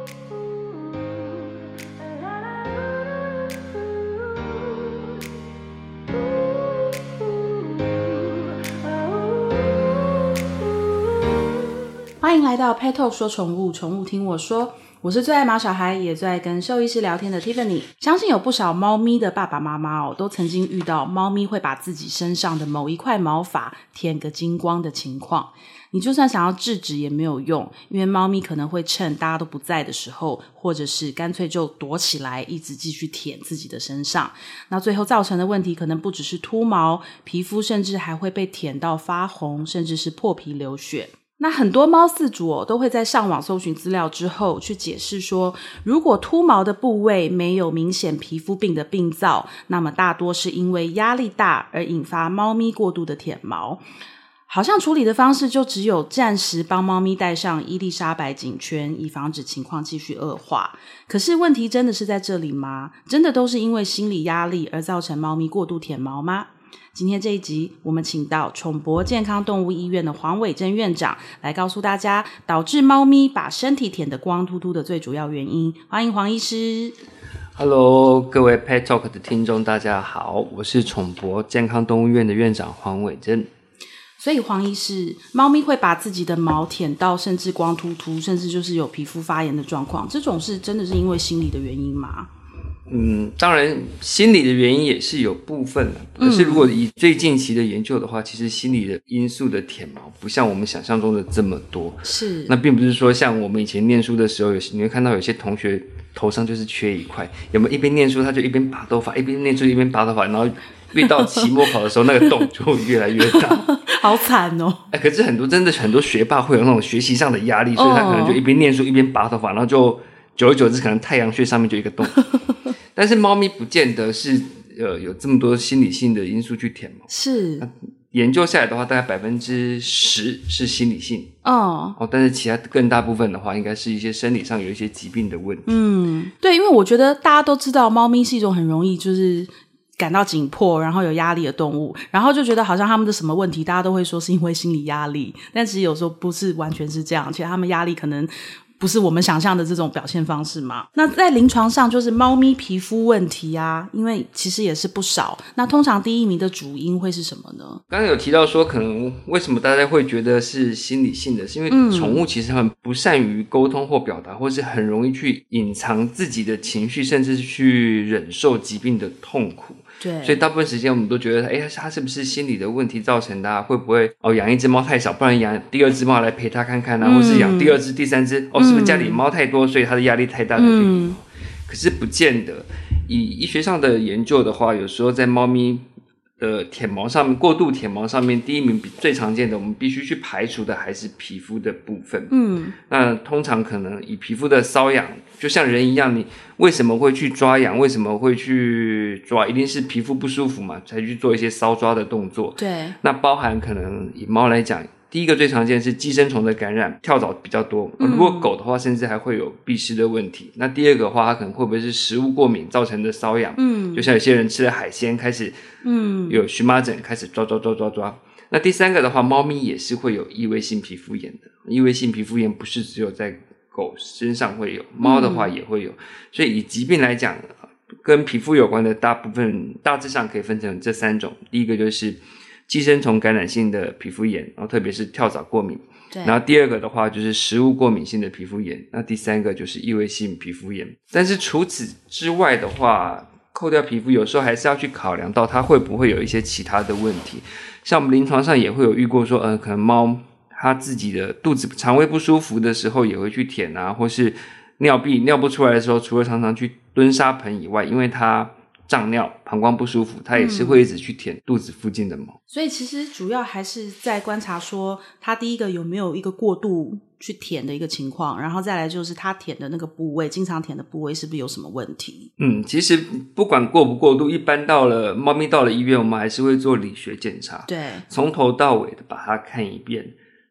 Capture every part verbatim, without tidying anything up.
欢迎来到 Pet Talk 说宠物，宠物听我说，我是最爱毛小孩也最爱跟兽医师聊天的 Tiffany。 相信有不少猫咪的爸爸妈妈哦，都曾经遇到猫咪会把自己身上的某一块毛发舔个精光的情况。你就算想要制止也没有用，因为猫咪可能会趁大家都不在的时候，或者是干脆就躲起来一直继续舔自己的身上。那最后造成的问题可能不只是秃毛，皮肤甚至还会被舔到发红，甚至是破皮流血。那很多猫饲主哦，都会在上网搜寻资料之后去解释说，如果秃毛的部位没有明显皮肤病的病灶，那么大多是因为压力大而引发猫咪过度的舔毛。好像处理的方式就只有暂时帮猫咪戴上伊丽莎白颈圈，以防止情况继续恶化。可是问题真的是在这里吗？真的都是因为心理压力而造成猫咪过度舔毛吗？今天这一集我们请到宠博健康动物医院的黄伟珍院长来告诉大家导致猫咪把身体舔得光秃秃的最主要原因。欢迎黄医师。 Hello， 各位 Pet Talk 的听众大家好，我是宠博健康动物医院的院长黄伟珍。 所以黄医师，猫咪会把自己的毛舔到甚至光秃秃，甚至就是有皮肤发炎的状况，这种是真的是因为心理的原因吗？ 嗯，当然心理的原因也是有部分的，可是如果以最近期的研究的话，其实心理的因素的舔毛不像我们想象中的这么多。是，那并不是说像我们以前念书的时候，有你会看到有些同学头上就是缺一块，有没有一边念书他就一边拔头发，一边念书一边拔头发，然后越到期末考的时候那个洞就会越来越大。 好惨哦、 欸、可是很多真的很多学霸会有那种学习上的压力，所以他可能就一边念书一边拔头发，然后就久而久之可能太阳穴上面就一个洞。但是猫咪不见得是呃有这么多心理性的因素去舔毛。是，研究下来的话大概 百分之十 是心理性哦哦，但是其他更大部分的话应该是一些生理上有一些疾病的问题。嗯， 对，因为我觉得大家都知道猫咪是一种很容易就是感到紧迫然后有压力的动物，然后就觉得好像他们的什么问题大家都会说是因为心理压力，但其实有时候不是完全是这样，其实他们压力可能不是我们想象的这种表现方式嘛。那在临床上就是猫咪皮肤问题啊，因为其实也是不少，那通常第一名的主因会是什么呢？ 刚刚有提到说可能为什么大家会觉得是心理性的，是因为宠物其实很不善于沟通或表达，或是很容易去隐藏自己的情绪，甚至是去忍受疾病的痛苦。对，所以大部分时间我们都觉得诶它是不是心理的问题造成的啊？会不会哦养一只猫太少，不然养第二只猫来陪它看看啊、嗯、或是养第二只第三只哦是不是家里猫太多所以它的压力太大的原因、嗯、可是不见得。以医学上的研究的话，有时候在猫咪的舔毛上面，过度舔毛上面，第一名最常见的我们必须去排除的还是皮肤的部分。嗯，那通常可能以皮肤的瘙痒，就像人一样，你为什么会去抓痒，为什么会去抓，一定是皮肤不舒服嘛，才去做一些搔抓的动作。对，那包含可能以猫来讲，第一个最常见的是寄生虫的感染，跳蚤比较多、嗯、如果狗的话甚至还会有蜱虱的问题。那第二个的话它可能会不会是食物过敏造成的瘙痒，嗯，就像有些人吃了海鲜开始嗯有荨麻疹开始抓抓抓抓抓。那第三个的话，猫咪也是会有异位性皮肤炎的，异位性皮肤炎不是只有在狗身上会有，猫的话也会有、嗯、所以以疾病来讲跟皮肤有关的大部分大致上可以分成这三种。第一个就是寄生虫感染性的皮肤炎，然后特别是跳蚤过敏，对，然后第二个的话就是食物过敏性的皮肤炎，那第三个就是异位性皮肤炎。但是除此之外的话，扣掉皮肤有时候还是要去考量到它会不会有一些其他的问题。像我们临床上也会有遇过说呃，可能猫它自己的肚子肠胃不舒服的时候也会去舔啊，或是尿闭尿不出来的时候，除了常常去蹲沙盆以外，因为它胀尿膀胱不舒服，它也是会一直去舔肚子附近的毛、嗯、 所以其实主要还是在观察说它第一个有没有一个过度去舔的一个情况，然后再来就是它舔的那个部位，经常舔的部位是不是有什么问题。 嗯，其实不管过不过度，一般到了猫咪到了医院我们还是会做理学检查，对，从头到尾的把它看一遍，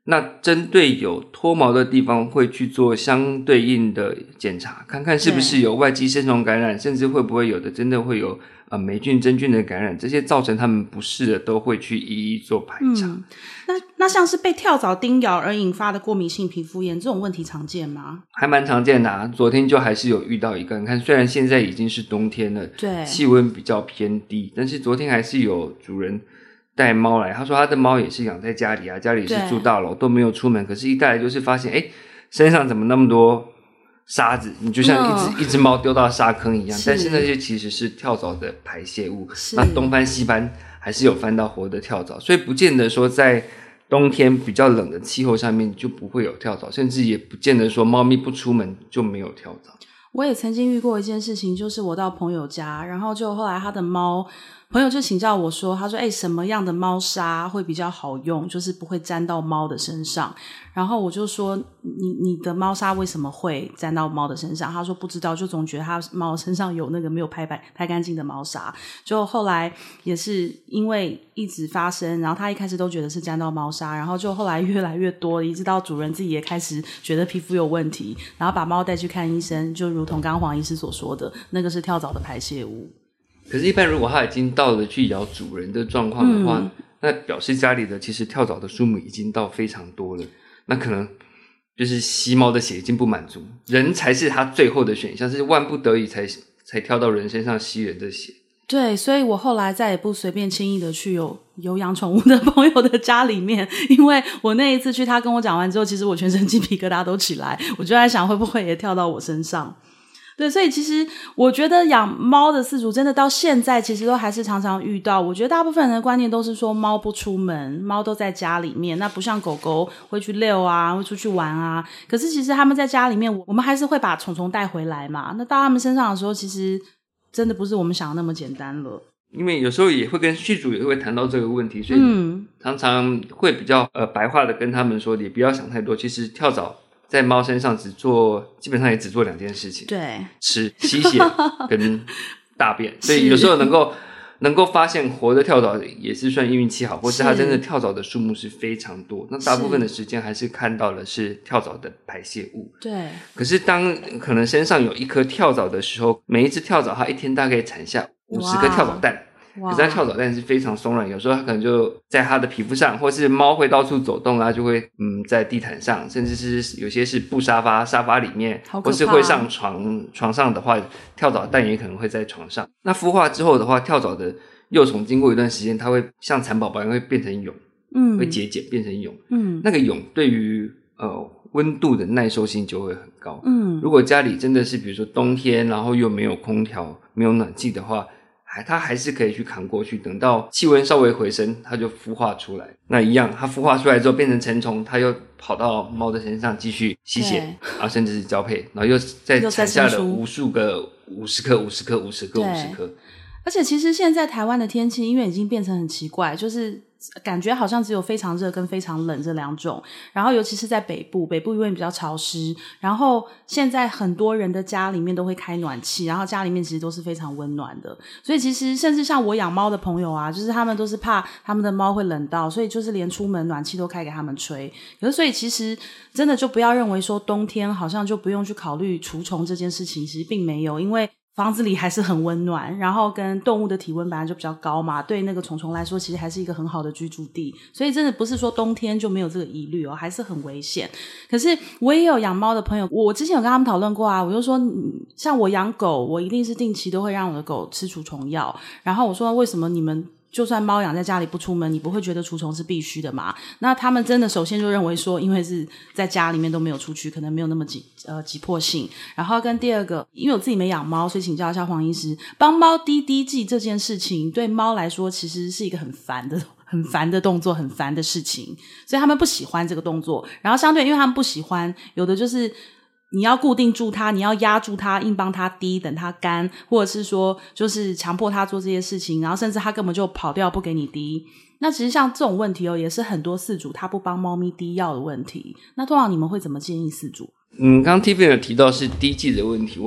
那针对有脱毛的地方会去做相对应的检查，看看是不是有外寄生虫感染，甚至会不会有的真的会有呃霉菌真菌的感染，这些造成他们不适的都会去一一做排查。 嗯、那那像是被跳蚤叮咬而引发的过敏性皮肤炎这种问题常见吗？ 还蛮常见的啊，昨天就还是有遇到一个，你看虽然现在已经是冬天了， 对， 气温比较偏低，但是昨天还是有主人带猫来，他说他的猫也是养在家里啊，家里是住大楼都没有出门，可是一带来就是发现诶身上怎么那么多沙子，你就像一只、嗯、一只猫丢到沙坑一样，但是那些其实是跳蚤的排泄物，那东翻西翻还是有翻到活的跳蚤，所以不见得说在冬天比较冷的气候上面就不会有跳蚤，甚至也不见得说猫咪不出门就没有跳蚤。 我也曾经遇过一件事情，就是我到朋友家，然后就后来他的猫朋友就请教我说，他说诶、欸、什么样的猫砂会比较好用，就是不会沾到猫的身上，然后我就说你你的猫砂为什么会沾到猫的身上，他说不知道，就总觉得他猫身上有那个没有拍拍拍干净的猫砂，就后来也是因为一直发生，然后他一开始都觉得是沾到猫砂，然后就后来越来越多，一直到主人自己也开始觉得皮肤有问题，然后把猫带去看医生，就如同刚刚黄医师所说的，那个是跳蚤的排泄物。 可是一般如果它已经到了去咬主人的状况的话、嗯、那表示家里的其实跳蚤的数目已经到非常多了，那可能就是吸猫的血已经不满足，人才是它最后的选项，是万不得已才才跳到人身上吸人的血。 对，所以我后来再也不随便轻易的去有有养宠物的朋友的家里面，因为我那一次去他跟我讲完之后，其实我全身鸡皮疙瘩都起来，我就在想会不会也跳到我身上。对，所以其实我觉得养猫的饲主真的到现在其实都还是常常遇到，我觉得大部分人的观念都是说猫不出门，猫都在家里面，那不像狗狗会去遛啊，会出去玩啊，可是其实他们在家里面我们还是会把虫虫带回来嘛，那到他们身上的时候其实真的不是我们想的那么简单了。 因为有时候也会跟饲主也会谈到这个问题，所以常常会比较呃白话的跟他们说，也不要想太多，其实跳蚤在猫身上只做基本上也只做两件事情， 对， 吃吸血跟大便所以有时候能够能够发现活的跳蚤也是算运气好，或是它真的跳蚤的数目是非常多，那大部分的时间还是看到的是跳蚤的排泄物。 对， 可是当可能身上有一颗跳蚤的时候，每一只跳蚤它一天大概产下五十颗跳蚤蛋，可是它跳蚤蛋是非常松软，有时候它可能就在它的皮肤上，或是猫会到处走动啊，就会嗯在地毯上，甚至是有些是布沙发沙发里面，或是会上床床上的话，跳蚤蛋也可能会在床上。那孵化之后的话，跳蚤的幼虫经过一段时间，它会像蚕宝宝一样会变成蛹，嗯，会结茧变成蛹，嗯，那个蛹对于呃温度的耐受性就会很高，嗯，如果家里真的是比如说冬天，然后又没有空调没有暖气的话，还它还是可以去扛过去，等到气温稍微回升它就孵化出来。那一样它孵化出来之后变成成虫，它又跑到猫的身上继续吸血，然后甚至是交配，然后又再产下了无数个五十颗五十颗五十颗五十颗。 而且其实现在台湾的天气因为已经变成很奇怪，就是感觉好像只有非常热跟非常冷这两种，然后尤其是在北部北部因为比较潮湿，然后现在很多人的家里面都会开暖气，然后家里面其实都是非常温暖的，所以其实甚至像我养猫的朋友啊，就是他们都是怕他们的猫会冷到，所以就是连出门暖气都开给他们吹。可是所以其实真的就不要认为说冬天好像就不用去考虑除虫这件事情，其实并没有，因为房子里还是很温暖，然后跟动物的体温本来就比较高嘛，对那个虫虫来说其实还是一个很好的居住地，所以真的不是说冬天就没有这个疑虑哦，还是很危险。可是我也有养猫的朋友，我之前有跟他们讨论过啊，我就说像我养狗，我一定是定期都会让我的狗吃除虫药，然后我说为什么你们就算猫养在家里不出门，你不会觉得除虫是必须的嘛？那他们真的首先就认为说，因为是在家里面都没有出去，可能没有那么急呃急迫性。然后跟第二个，因为我自己没养猫，所以请教一下黄医师，帮猫滴滴剂这件事情，对猫来说其实是一个很烦的、很烦的动作，很烦的事情，所以他们不喜欢这个动作。然后相对，因为他们不喜欢，有的就是你要固定住它，你要压住它，硬帮它滴，等它干，或者是说就是强迫它做这些事情，然后甚至它根本就跑掉不给你滴。那其实像这种问题哦，也是很多饲主他不帮猫咪滴药的问题。那通常你们会怎么建议饲主？ 嗯，刚刚 Tiffany 有提到是滴剂的问题，我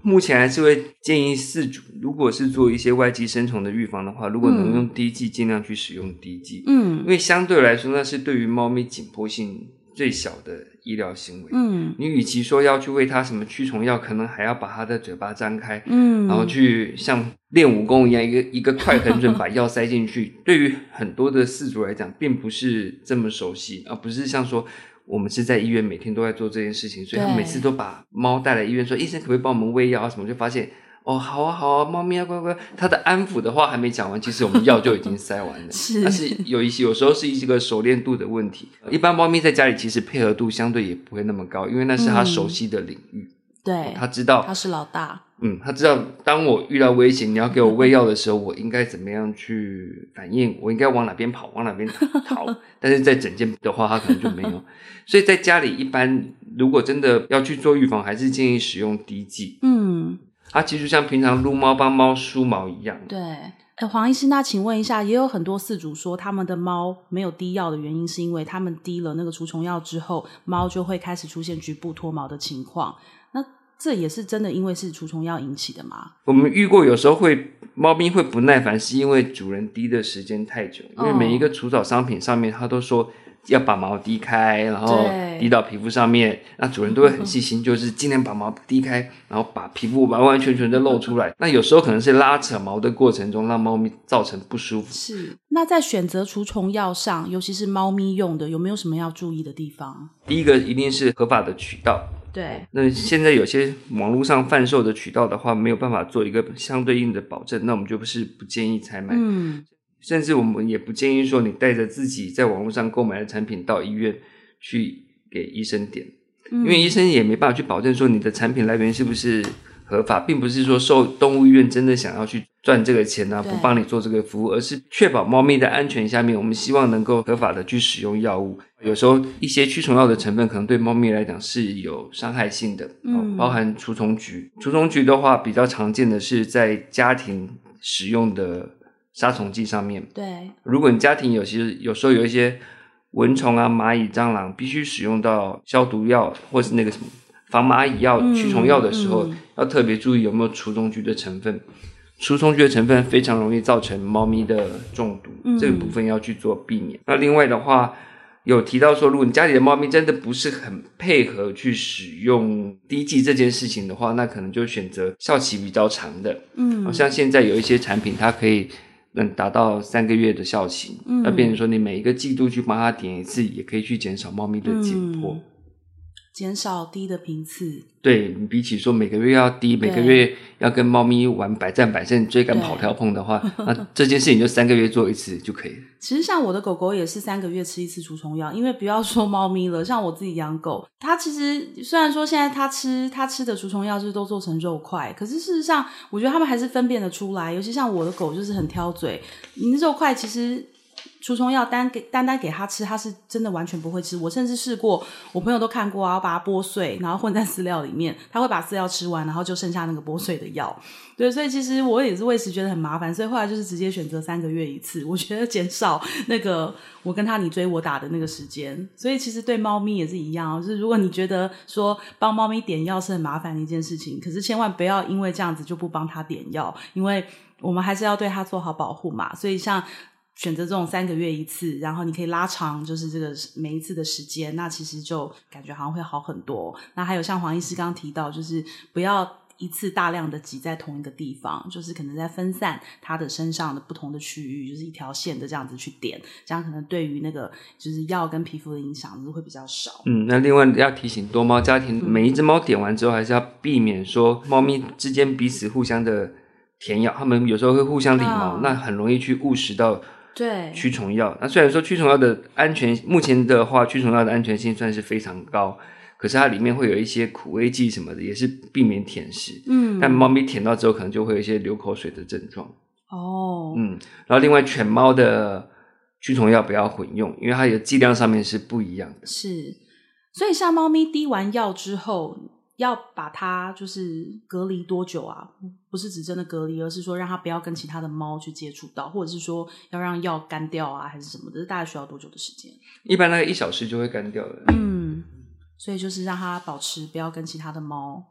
目前还是会建议饲主，如果是做一些外寄生虫的预防的话，如果能用滴剂，尽量去使用滴剂。嗯，因为相对来说，那是对于猫咪紧迫性最小的医疗行为。嗯，你与其说要去喂它什么驱虫药，可能还要把它的嘴巴张开，嗯，然后去像练武功一样，一个一个快很准把药塞进去。对于很多的饲主来讲，并不是这么熟悉，而不是像说我们是在医院每天都在做这件事情，所以他每次都把猫带来医院说医生可不可以帮我们喂药啊什么，就发现哦好啊好啊，猫咪啊乖乖，他的安抚的话还没讲完，其实我们药就已经塞完了。是，但是有一些有时候是一个熟练度的问题。一般猫咪在家里其实配合度相对也不会那么高，因为那是它熟悉的领域。嗯， 对， 他知道他是老大。 嗯，他知道当我遇到危险你要给我喂药的时候我应该怎么样去反应，我应该往哪边跑往哪边逃但是在诊间的话他可能就没有所以在家里一般如果真的要去做预防，还是建议使用滴剂。嗯，它其实像平常撸猫帮猫梳毛一样。 对。欸、黄医师，那请问一下，也有很多饲主说他们的猫没有滴药的原因是因为他们滴了那个除虫药之后，猫就会开始出现局部脱毛的情况，那这也是真的因为是除虫药引起的吗？ 我们遇过有时候会猫咪会不耐烦，是因为主人滴的时间太久，因为每一个除草商品上面他都说要把毛滴开，然后滴到皮肤上面，那主人都会很细心，就是尽量把毛滴开，然后把皮肤完完全全的露出来。那有时候可能是拉扯毛的过程中让猫咪造成不舒服。 是，那在选择除虫药上，尤其是猫咪用的，有没有什么要注意的地方？ 第一个一定是合法的渠道。 对， 那现在有些网络上贩售的渠道的话没有办法做一个相对应的保证，那我们就不是不建议采买。嗯，甚至我们也不建议说你带着自己在网络上购买的产品到医院去给医生点。嗯，因为医生也没办法去保证说你的产品来源是不是合法，并不是说受动物医院真的想要去赚这个钱啊，不帮你做这个服务，而是确保猫咪的安全下面，我们希望能够合法的去使用药物。有时候一些驱虫药的成分可能对猫咪来讲是有伤害性的。嗯，包含除虫菊。除虫菊的话比较常见的是在家庭使用的杀虫剂上面。 对， 如果你家庭有些有时候有一些蚊虫啊蚂蚁蟑螂必须使用到消毒药或是那个什么防蚂蚁药、驱虫药的时候、嗯、要特别注意有没有除虫菊的成分。除虫菊的成分非常容易造成猫咪的中毒、嗯、这个部分要去做避免。那另外的话有提到说如果你家里的猫咪真的不是很配合去使用滴剂这件事情的话，那可能就选择效期比较长的。嗯，像现在有一些产品它可以能达到三个月的效期，那变成说你每一个季度去帮它点一次也可以去减少猫咪的紧迫、嗯、 减少滴的频次。 对，你比起说每个月要滴，每个月要跟猫咪玩百战百胜追赶跑跳碰的话那这件事情就三个月做一次就可以了。 其实像我的狗狗也是三个月吃一次除虫药，因为不要说猫咪了，像我自己养狗，它其实虽然说现在它吃它吃的除虫药就是都做成肉块，可是事实上我觉得它们还是分辨得出来，尤其像我的狗就是很挑嘴，你肉块其实除虫药单给单单给他吃，他是真的完全不会吃。我甚至试过，我朋友都看过啊，要把它剥碎，然后混在饲料里面，他会把饲料吃完，然后就剩下那个剥碎的药。对，所以其实我也是喂食觉得很麻烦，所以后来就是直接选择三个月一次，我觉得减少那个我跟他你追我打的那个时间。所以其实对猫咪也是一样，就是如果你觉得说帮猫咪点药是很麻烦的一件事情，可是千万不要因为这样子就不帮他点药，因为我们还是要对他做好保护嘛。所以像选择这种三个月一次，然后你可以拉长就是这个每一次的时间，那其实就感觉好像会好很多。那还有像黄医师刚刚提到，就是不要一次大量的挤在同一个地方，就是可能在分散它的身上的不同的区域，就是一条线的这样子去点，这样可能对于那个就是药跟皮肤的影响会比较少。 嗯，那另外要提醒多猫家庭，每一只猫点完之后还是要避免说猫咪之间彼此互相的舔咬，它们有时候会互相理毛、哦、那很容易去误食到对驱虫药。那虽然说驱虫药的安全目前的话驱虫药的安全性算是非常高，可是它里面会有一些苦味剂什么的，也是避免舔食。嗯，但猫咪舔到之后可能就会有一些流口水的症状。哦，嗯，然后另外犬猫的驱虫药不要混用，因为它的剂量上面是不一样的。 是，所以像猫咪滴完药之后要把它就是隔离多久啊？不是只真的隔离，而是说让它不要跟其他的猫去接触到，或者是说要让药干掉啊还是什么的，这大概需要多久的时间？ 一般大概一小时就会干掉了。 嗯，所以就是让它保持不要跟其他的猫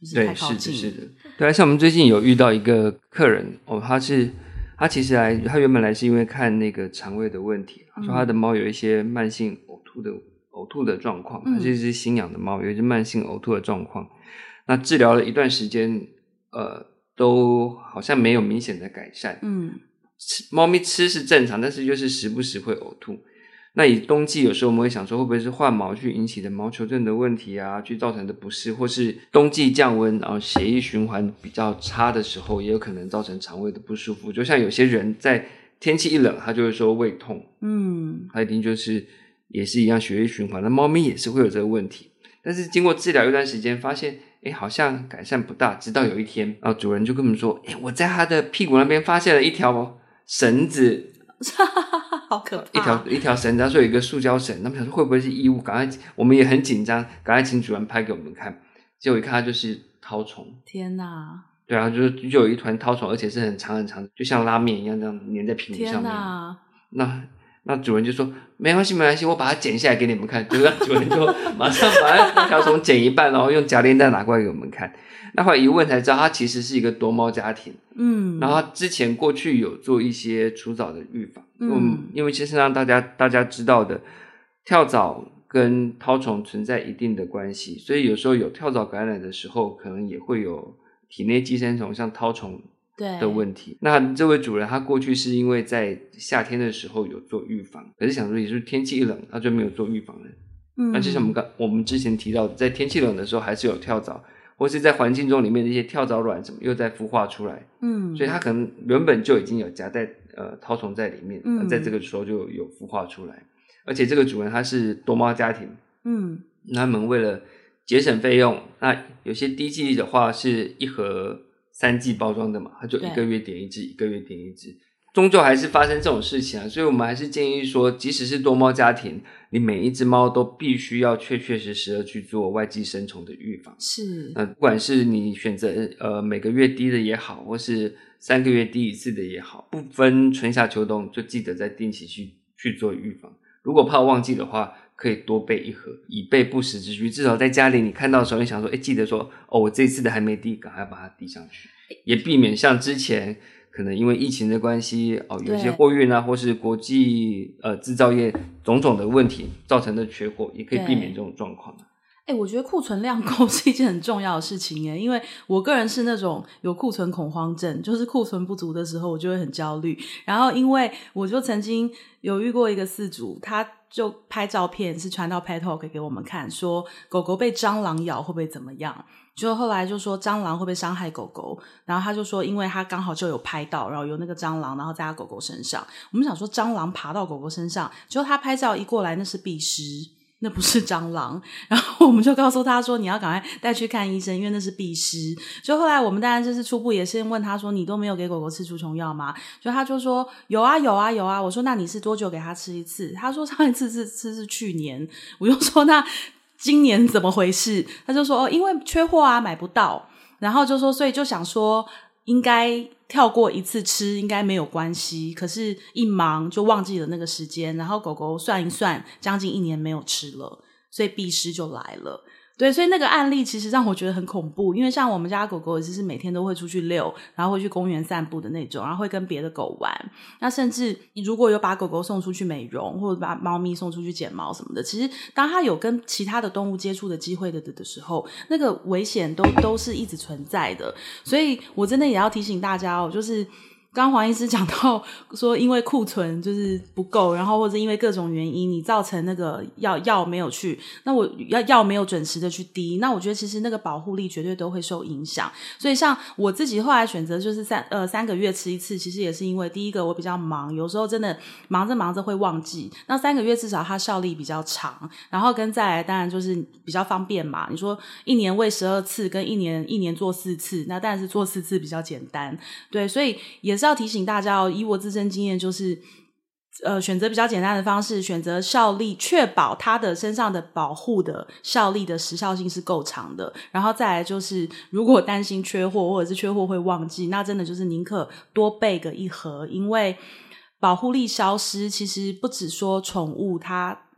就是太靠近。 对，是的，是的。对，像我们最近有遇到一个客人哦，他是他其实来，他原本来是因为看那个肠胃的问题，说他的猫有一些慢性呕吐的呕吐的状况，它是一只新养的猫，有一只慢性呕吐的状况。那治疗了一段时间，呃，都好像没有明显的改善。嗯，猫咪吃是正常，但是就是时不时会呕吐。那以冬季有时候我们会想说会不会是换毛去引起的毛球症的问题啊，去造成的不适，或是冬季降温然后血液循环比较差的时候也有可能造成肠胃的不舒服。就像有些人在天气一冷他就会说胃痛，嗯，他一定就是也是一样血液循环，那猫咪也是会有这个问题。但是经过治疗一段时间发现诶好像改善不大，直到有一天然后主人就跟我们说诶我在他的屁股那边发现了一条绳子好可怕！ 一条一条绳子，他说有一个塑胶绳，他们想说会不会是异物？赶快，我们也很紧张，赶快请主人拍给我们看。结果一看，它就是绦虫。 天哪！ 对啊，就是就有一团绦虫，而且是很长很长，就像拉面一样这样粘在屁股上面。天哪！那那主人就说没关系没关系，我把它剪下来给你们看。就是主人就马上把那条虫剪一半，然后用夹链袋拿过来给我们看。那后来一问才知道，它其实是一个多猫家庭。嗯，然后他之前过去有做一些除藻的预防。嗯，因为其实让大家大家知道的，跳蚤跟绦虫存在一定的关系，所以有时候有跳蚤感染的时候，可能也会有体内寄生虫，像绦虫的问题。那这位主人他过去是因为在夏天的时候有做预防，可是想说也是天气一冷，他就没有做预防了。嗯，那就像我们刚我们之前提到的，在天气冷的时候还是有跳蚤。或是在环境中里面的一些跳蚤卵什么又在孵化出来，嗯，所以它可能原本就已经有夹带呃绦虫在里面，嗯，在这个时候就有孵化出来。而且这个主人他是多猫家庭，嗯，他们为了节省费用，那有些低剂的话是一盒三剂包装的嘛，他就一个月点一支，一个月点一支。终究还是发生这种事情啊，所以我们还是建议说，即使是多猫家庭，你每一只猫都必须要确确实实的去做外寄生虫的预防。 是， 呃，不管是你选择呃每个月滴的也好，或是三个月滴一次的也好，不分春夏秋冬，就记得在定期去去做预防。如果怕忘记的话，可以多备一盒，以备不时之需。至少在家里你看到的时候，你想说，哎，记得说，哦，我这一次的还没滴，赶快把它滴上去，也避免像之前。可能因为疫情的关系哦，有些货运啊，或是国际呃制造业种种的问题造成的缺货，也可以避免这种状况。 哎、欸，我觉得库存量够是一件很重要的事情耶，因为我个人是那种有库存恐慌症，就是库存不足的时候我就会很焦虑。然后因为我就曾经有遇过一个饲主，他就拍照片是传到 Pet Talk 给我们看，说狗狗被蟑螂咬会不会怎么样，就后来就说蟑螂会不会伤害狗狗，然后他就说因为他刚好就有拍到，然后有那个蟑螂然后在他狗狗身上，我们想说蟑螂爬到狗狗身上，结果他拍照一过来那是壁虱，那不是蟑螂，然后我们就告诉他说你要赶快带去看医生，因为那是壁虱。就后来我们当然就是初步也先问他说你都没有给狗狗吃除虫药吗？就他就说有啊有啊有啊。我说那你是多久给他吃一次？他说上一次是吃是去年。我就说那今年怎么回事？他就说哦因为缺货啊买不到，然后就说所以就想说应该跳过一次吃应该没有关系，可是一忙就忘记了那个时间，然后狗狗算一算将近一年没有吃了，所以壁虱就来了。对，所以那个案例其实让我觉得很恐怖，因为像我们家狗狗也是每天都会出去遛，然后会去公园散步的那种，然后会跟别的狗玩，那甚至如果有把狗狗送出去美容或者把猫咪送出去剪毛什么的，其实当它有跟其他的动物接触的机会的的时候，那个危险都都是一直存在的。所以我真的也要提醒大家哦，就是刚刚黄医师讲到说因为库存就是不够，然后或者因为各种原因你造成那个药药没有去，那我药药没有准时的去滴，那我觉得其实那个保护力绝对都会受影响。所以像我自己后来选择就是三呃三个月吃一次，其实也是因为第一个我比较忙，有时候真的忙着忙着会忘记，那三个月至少它效力比较长，然后跟再来当然就是比较方便嘛，你说一年喂十二次跟一年一年做四次，那当然是做四次比较简单。对，所以也是要提醒大家哦，以我自身经验就是呃，选择比较简单的方式，选择效力，确保它的身上的保护的效力的时效性是够长的，然后再来就是如果担心缺货或者是缺货会忘记，那真的就是宁可多备个一盒，因为保护力消失其实不只说宠物它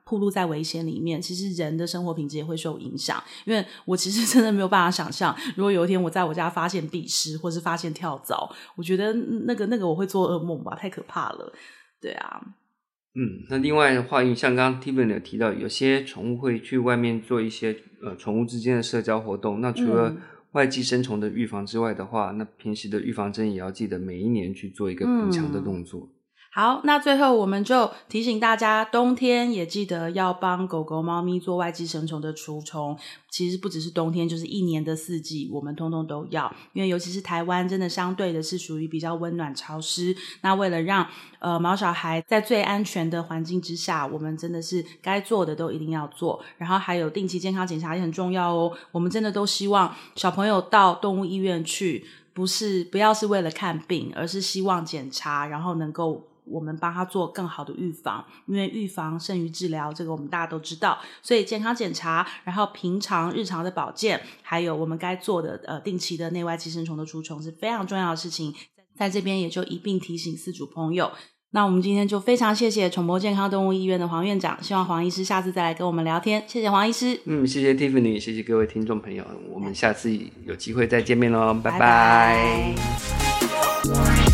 暴露在危险里面，其实人的生活品质也会受影响。因为我其实真的没有办法想象，如果有一天我在我家发现壁虱或是发现跳蚤，我觉得那个那个我会做噩梦吧，太可怕了。对啊， 嗯，那另外的话，因为像刚刚 Tiffany 有提到，有些宠物会去外面做一些呃宠物之间的社交活动，那除了外寄生虫的预防之外的话，嗯、那平时的预防针也要记得每一年去做一个补强的动作。嗯， 好，那最后我们就提醒大家，冬天也记得要帮狗狗猫咪做外寄生虫的除虫。其实不只是冬天，就是一年的四季我们通通都要，因为尤其是台湾真的相对的是属于比较温暖潮湿，那为了让呃毛小孩在最安全的环境之下，我们真的是该做的都一定要做。然后还有定期健康检查也很重要哦，我们真的都希望小朋友到动物医院去，不是不要是为了看病，而是希望检查，然后能够我们帮他做更好的预防，因为预防胜于治疗，这个我们大家都知道。所以健康检查，然后平常日常的保健，还有我们该做的呃定期的内外寄生虫的除虫是非常重要的事情，在这边也就一并提醒饲主朋友。那我们今天就非常谢谢宠博健康动物医院的黄院长，希望黄医师下次再来跟我们聊天。谢谢黄医师。 嗯，谢谢 Tiffany， 谢谢各位听众朋友，我们下次有机会再见面咯，拜拜。 拜拜。